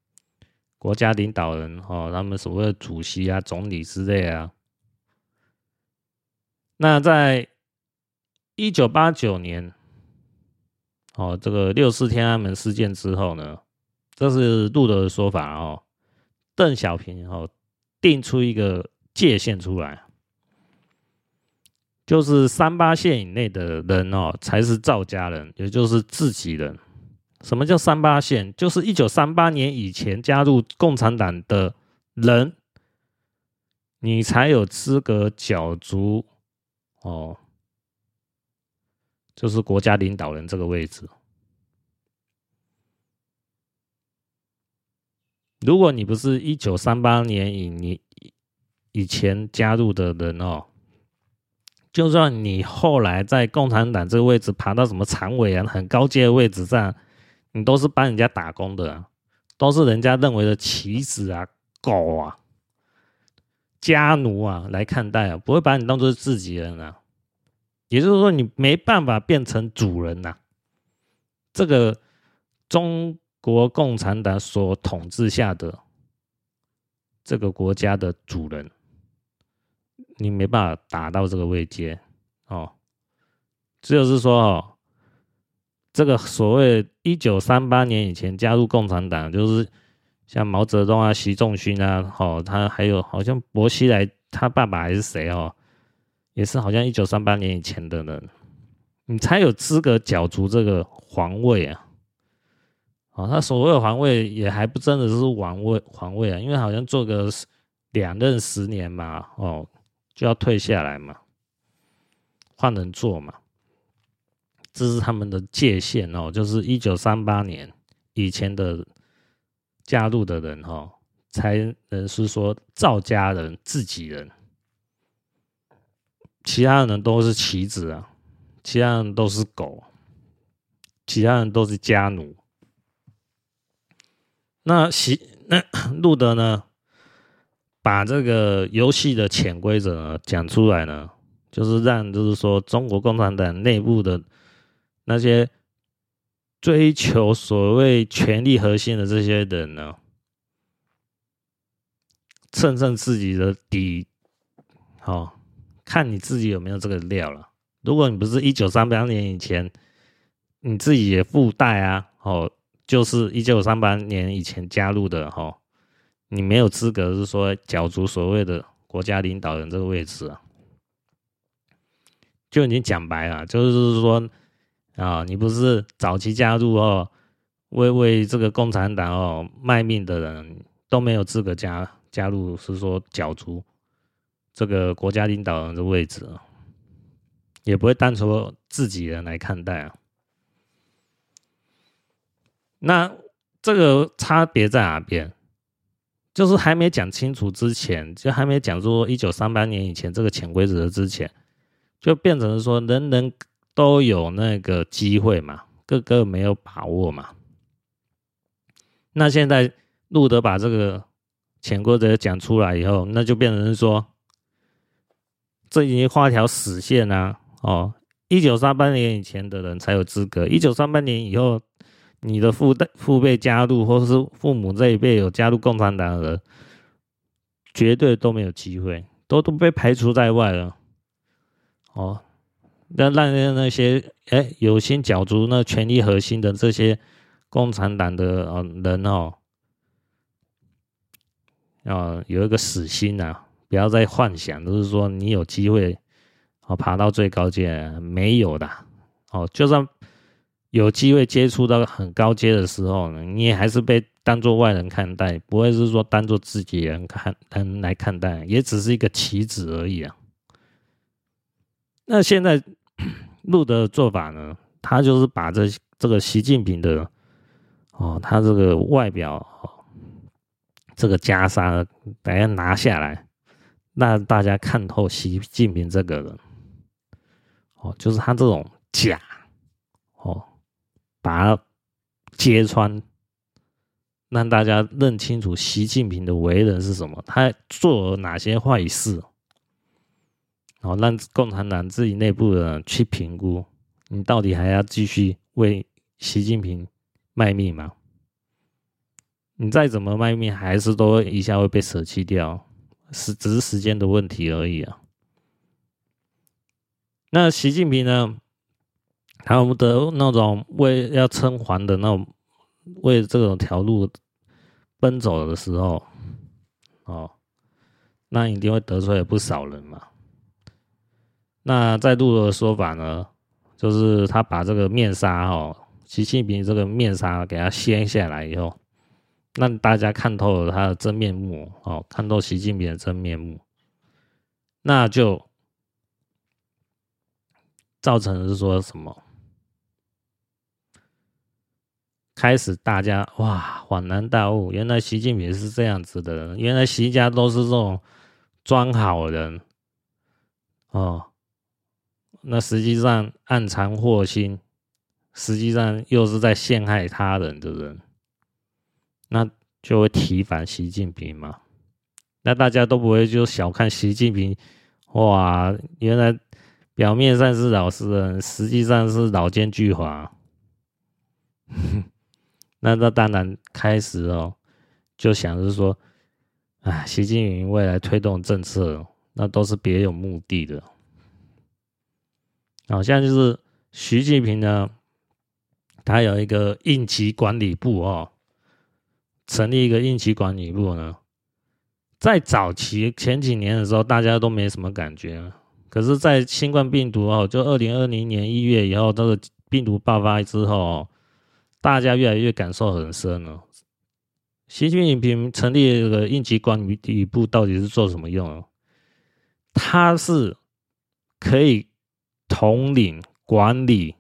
A: 国家领导人哦，他们所谓的主席啊、总理之类啊， 那在1989年，这个6·4天安门事件之后呢，这是路德的说法哦。邓小平定出一个界限出来，就是38线以内的人才是赵家人，也就是自己人。什么叫38线？就是1938年以前加入共产党的人，你才有资格角逐就是国家领导人这个位置。如果你不是1938年以前加入的人就算你后来在共产党这个位置爬到什么常委啊，很高阶的位置上，你都是帮人家打工的啊，都是人家认为的棋子啊、狗啊、家奴啊来看待啊，不会把你当作自己人啊。也就是说，你没办法变成主人啊。这个中国共产党所统治下的这个国家的主人，你没办法达到这个位阶只有是说这个所谓1938年以前加入共产党，就是像毛泽东啊、习仲勋啊，他还有好像薄熙来他爸爸还是谁也是好像1938年以前的人，你才有资格角逐这个皇位啊。他所谓的皇位也还不真的是皇位啊，因为好像做个2任10年嘛，就要退下来嘛，换人做嘛。这是他们的界限就是1938年以前的加入的人才能是说赵家人、自己人，其他人都是棋子啊，其他人都是狗，其他人都是家奴。那路德呢，把这个游戏的潜规则呢讲出来呢，就是说中国共产党内部的那些追求所谓权力核心的这些人呢，称自己的底，看你自己有没有这个料了。如果你不是1938年以前，你自己也附带啊，就是1938年以前加入的你没有资格是说角逐所谓的国家领导人这个位置啊，就已经讲白了，就是说你不是早期加入为这个共产党卖命的人，都没有资格加入，是说角逐这个国家领导人的位置也不会当成自己人来看待啊。那这个差别在哪边？就是还没讲清楚之前，就还没讲说1938年以前这个潜规则之前，就变成说人人都有那个机会嘛，个个没有把握嘛。那现在路德把这个潜规则讲出来以后，那就变成说这已经画一条死线啊！1938年以前的人才有资格，1938年以后，你的父辈加入，或是父母这一辈有加入共产党的人，绝对都没有机会，都被排除在外了。让那些有心角逐那权力核心的这些共产党的人有一个死心啊！不要再幻想，就是说你有机会爬到最高阶，没有的就算有机会接触到很高阶的时候呢，你也还是被当作外人看待，不会是说当作自己人来看待，也只是一个棋子而已啊。那现在路德的做法呢，他就是把这个习近平的他这个外表这个袈裟大家拿下来，让大家看透习近平这个人就是他这种假把它揭穿，让大家认清楚习近平的为人是什么，他做了哪些坏事，让共产党自己内部的人去评估，你到底还要继续为习近平卖命吗？你再怎么卖命，还是都一下会被舍弃掉，只是时间的问题而已啊。 那习近平呢，他们的那种要称皇的那种，为这种条路奔走的时候，那一定会得罪了不少人嘛。那在陆的说法呢，就是他把这个面纱习近平这个面纱给他掀下来以后，让大家看透了他的真面目看透习近平的真面目，那就造成的是说什么？开始大家哇恍然大悟，原来习近平是这样子的人，原来习家都是这种装好人那实际上暗藏祸心，实际上又是在陷害他人的人，那就会提防习近平嘛。那大家都不会就小看习近平，哇，原来表面上是老实人，实际上是老奸巨猾。那当然开始就想着说，习近平未来推动政策，那都是别有目的的。现在就是习近平呢，他有一个应急管理部成立一个应急管理部呢，在早期前几年的时候，大家都没什么感觉，可是，在新冠病毒就2020年1月以后，这个病毒爆发之后大家越来越感受很深了。习近平成立这个应急管理部到底是做什么用的？他是可以统领管理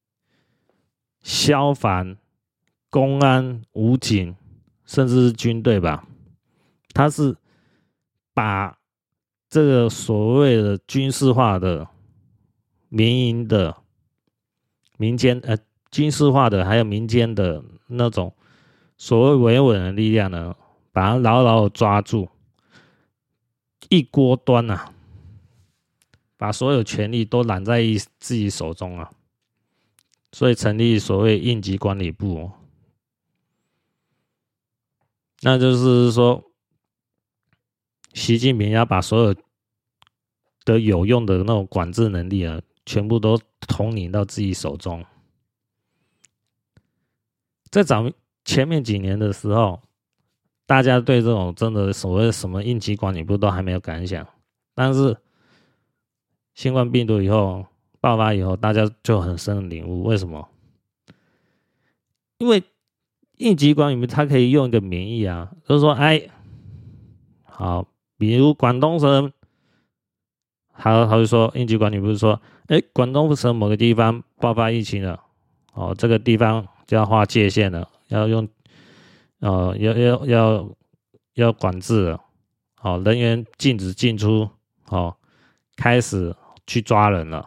A: 消防、公安、武警，甚至是军队吧。他是把这个所谓的军事化的、民营的、民间军事化的，还有民间的那种所谓维稳的力量呢，把它牢牢的抓住，一锅端把所有权力都揽在自己手中所以成立所谓应急管理部那就是说，习近平要把所有的有用的那种管制能力全部都统领到自己手中。在前面几年的时候，大家对这种真的所谓什么应急管理部都还没有感想，但是新冠病毒以后爆发以后，大家就很深的领悟，为什么？因为应急管理部它可以用一个名义就是说，好，比如广东省，他就说应急管理部是说，广东省某个地方爆发疫情了，这个地方就要划界限了，要用，要管制了，人员禁止进出，开始去抓人了，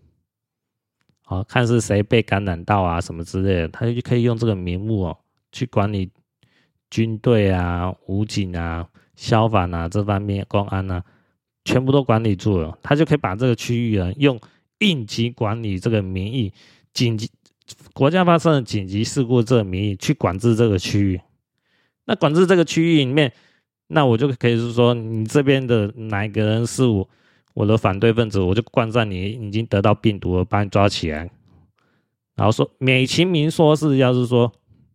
A: 看是谁被感染到什么之类的，他就可以用这个名目去管理军队武警消防这方面，公安全部都管理住了，他就可以把这个区域用应急管理这个名义，国家发生了紧急事故这个名义去管制这个区域。那管制这个区域里面，那我就可以是说，你这边的哪一个人是我的反对分子，我就冠上你已经得到病毒了，把你抓起来，然后说美其名说是要是说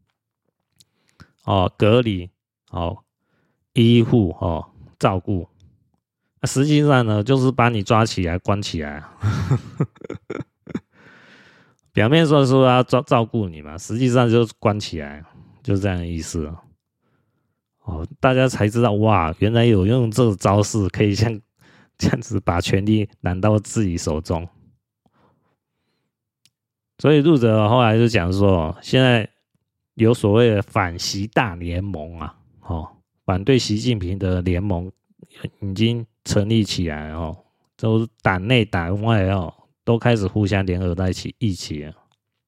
A: 隔离医护照顾，实际上呢就是把你抓起来关起来表面说要照顾你嘛，实际上就是关起来，就这样的意思大家才知道哇，原来有用这个招式可以像这样子把权力揽到自己手中。所以陆者后来就讲说，现在有所谓的反习大联盟反对习近平的联盟已经成立起来都党内党外都开始互相联合在一起了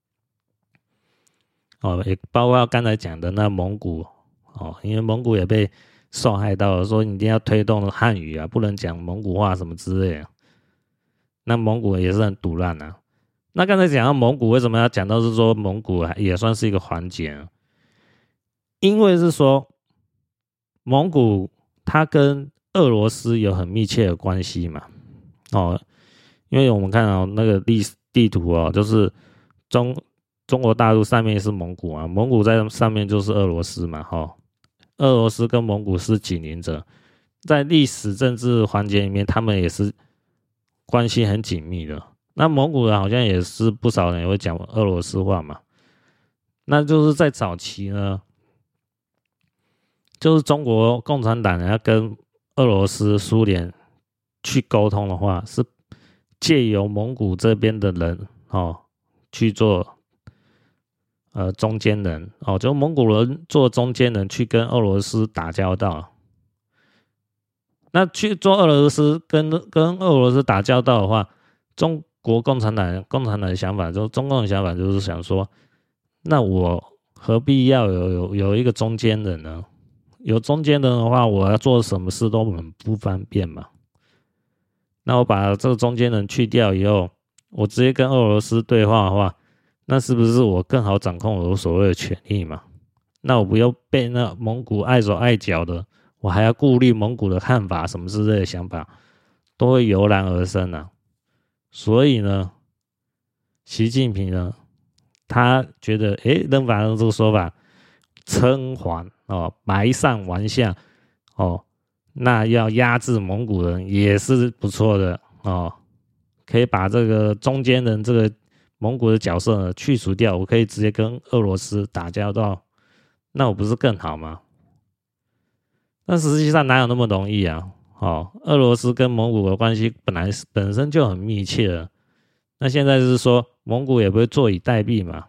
A: 也包括刚才讲的那蒙古因为蒙古也被受害到了，说一定要推动汉语不能讲蒙古话什么之类的。那蒙古也是很毒烂那刚才讲到蒙古，为什么要讲到是说蒙古也算是一个环节因为是说蒙古它跟俄罗斯有很密切的关系嘛因为我们看到那个地图哦，就是中国大陆上面是蒙古啊，蒙古在上面就是俄罗斯嘛，俄罗斯跟蒙古是紧邻着，在历史政治环节里面，他们也是关系很紧密的。那蒙古人好像也是不少人也会讲俄罗斯话嘛，那就是在早期呢，就是中国共产党要跟俄罗斯、苏联去沟通的话，是借由蒙古这边的人去做中间人就蒙古人做中间人去跟俄罗斯打交道。那去做俄罗斯跟俄罗斯打交道的话，中国共产党的想法，就是中共的想法，就是想说，那我何必要有一个中间人呢？有中间人的话，我要做什么事都很不方便嘛。那我把这个中间人去掉以后，我直接跟俄罗斯对话的话，那是不是我更好掌控我所谓的权益嘛？那我不要被那蒙古碍手碍脚的，我还要顾虑蒙古的看法，什么之类的想法，都会油然而生啊。所以呢，习近平呢，他觉得，任法人这个说法，称皇白上王下那要压制蒙古人也是不错的可以把这个中间人这个蒙古的角色呢去除掉，我可以直接跟俄罗斯打交道，那我不是更好吗？但实际上哪有那么容易啊？俄罗斯跟蒙古的关系本身就很密切了，那现在是说蒙古也不会坐以待毙嘛，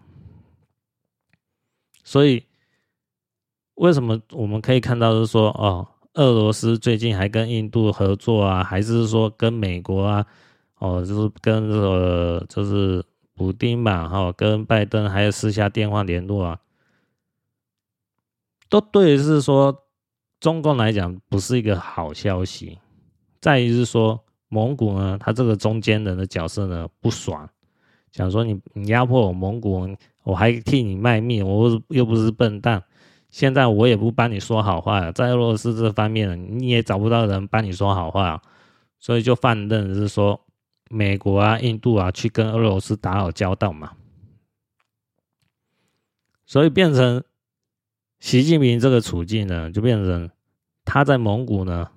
A: 所以为什么我们可以看到是说俄罗斯最近还跟印度合作啊，还是说跟美国啊就是跟就是普丁嘛跟拜登还有私下电话联络啊，都对，是说中共来讲不是一个好消息。再于是说蒙古呢，他这个中间人的角色呢不爽，想说你压迫我蒙古，我还替你卖命，我又不是笨蛋，现在我也不帮你说好话了，在俄罗斯这方面你也找不到人帮你说好话，所以就放任是说美国啊、印度啊去跟俄罗斯打好交道嘛，所以变成习近平这个处境呢，就变成他在蒙古呢，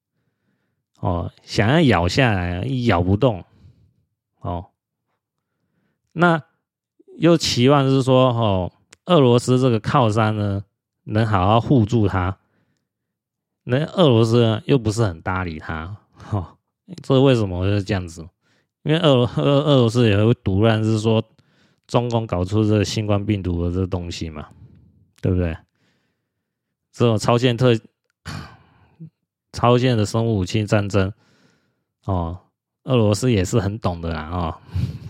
A: 想要咬下来，咬不动，那又期望是说，俄罗斯这个靠山呢，能好好护住他，那俄罗斯呢又不是很搭理他，这为什么会是这样子？因为俄罗斯也会毒烂，是说中共搞出这个新冠病毒的这个东西嘛，对不对？这种超限的生物武器战争，俄罗斯也是很懂的啦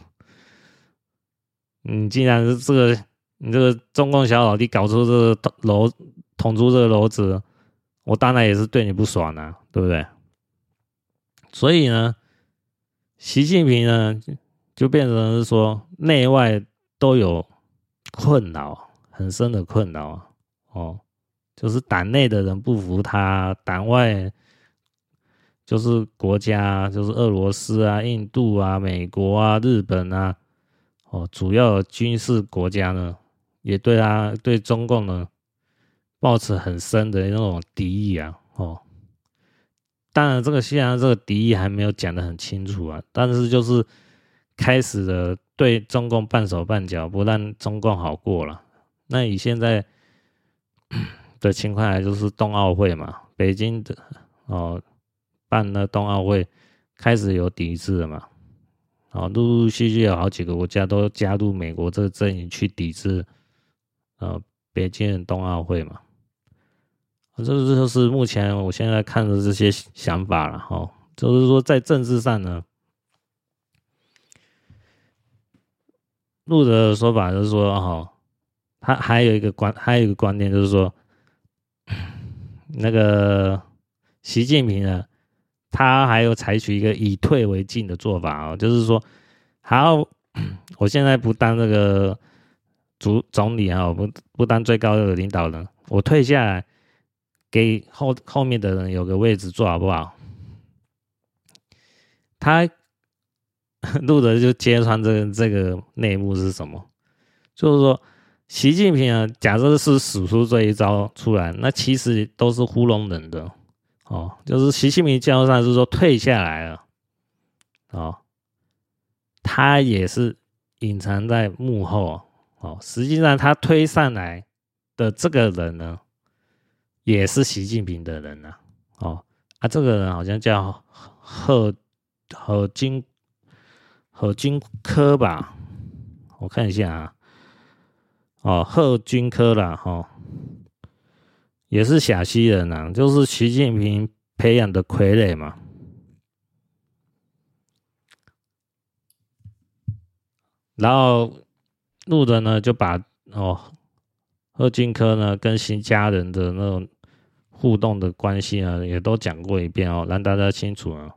A: 你既然是你这个中共小老弟搞出这个捅出这个篓子，我当然也是对你不爽啊，对不对？所以呢，习近平呢就变成是说内外都有困扰，很深的困扰就是党内的人不服他，党外就是国家，就是俄罗斯啊、印度啊、美国啊、日本啊，主要军事国家呢，也对中共呢，抱持很深的那种敌意啊，当然现在这个敌意还没有讲得很清楚啊，但是就是开始了对中共半手半脚，不让中共好过了。那以现在的情况来，就是冬奥会嘛，北京的办了冬奥会，开始有抵制了嘛，陆陆续续有好几个国家都加入美国这个阵营去抵制北京的冬奥会嘛，这就是目前我现在看的这些想法了就是说在政治上呢，陆的说法就是说他还有一个观点就是说，那个习近平呢，他还有采取一个以退为进的做法就是说，好，我现在不当这个总理不当最高的领导人，我退下来，给后面的人有个位置坐好不好？他路德就揭穿这个内幕是什么，就是说习近平啊，假设是使出这一招出来，那其实都是糊弄人的哦，就是习近平教上是说退下来了哦，他也是隐藏在幕后哦，实际上他推上来的这个人呢，也是习近平的人啊，哦这个人好像叫贺金科吧，我看一下啊，贺军科啦，也是陕西人啊，就是习近平培养的傀儡嘛。然后路人呢就把贺金科呢跟新家人的那种互动的关系呢也都讲过一遍哦，让大家清楚啊。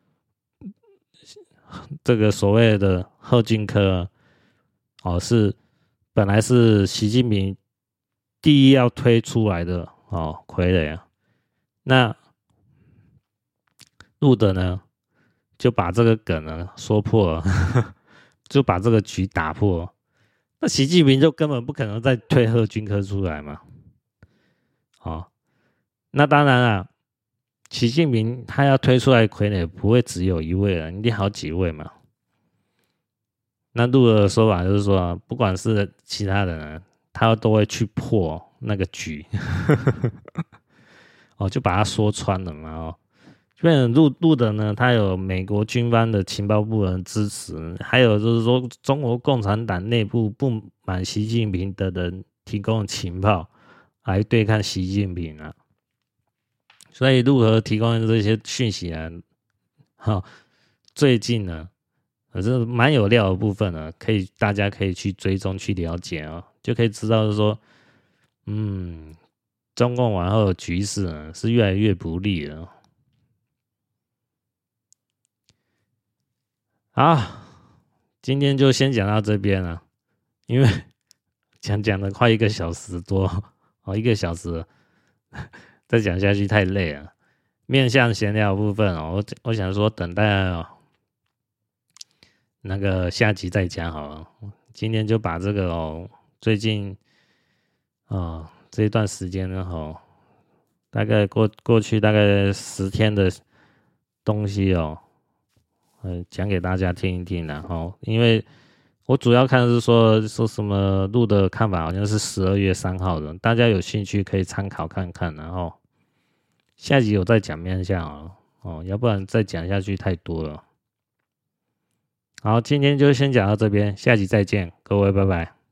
A: 这个所谓的贺金科是本来是习近平第一要推出来的傀儡啊。那路德呢就把这个梗呢说破了，就把这个局打破。那习近平就根本不可能再推贺军科出来嘛。那当然啦，习近平他要推出来傀儡不会只有一位了，一定好几位嘛。那路德的说法就是说，不管是其他人他都会去破那个局，就把他说穿了嘛。变成路德呢，他有美国军方的情报部门支持，还有就是说中国共产党内部不满习近平的人提供情报来对抗习近平啊。所以如何提供这些讯息呢？最近呢，是蛮有料的部分呢，大家可以去追踪去了解就可以知道说，中共往后的局势呢是越来越不利了。好，今天就先讲到这边了，因为讲了快1个小时多1个小时再讲下去太累了。面向闲聊的部分我想说等待那个下集再讲好了。今天就把这个最近这一段时间呢大概过去大概10天的东西讲给大家听一听啦因为我主要看的是说什么路的看法好像是12月3号的，大家有兴趣可以参考看看，然后下集有再讲面向要不然再讲下去太多了。好，今天就先讲到这边，下集再见，各位拜拜。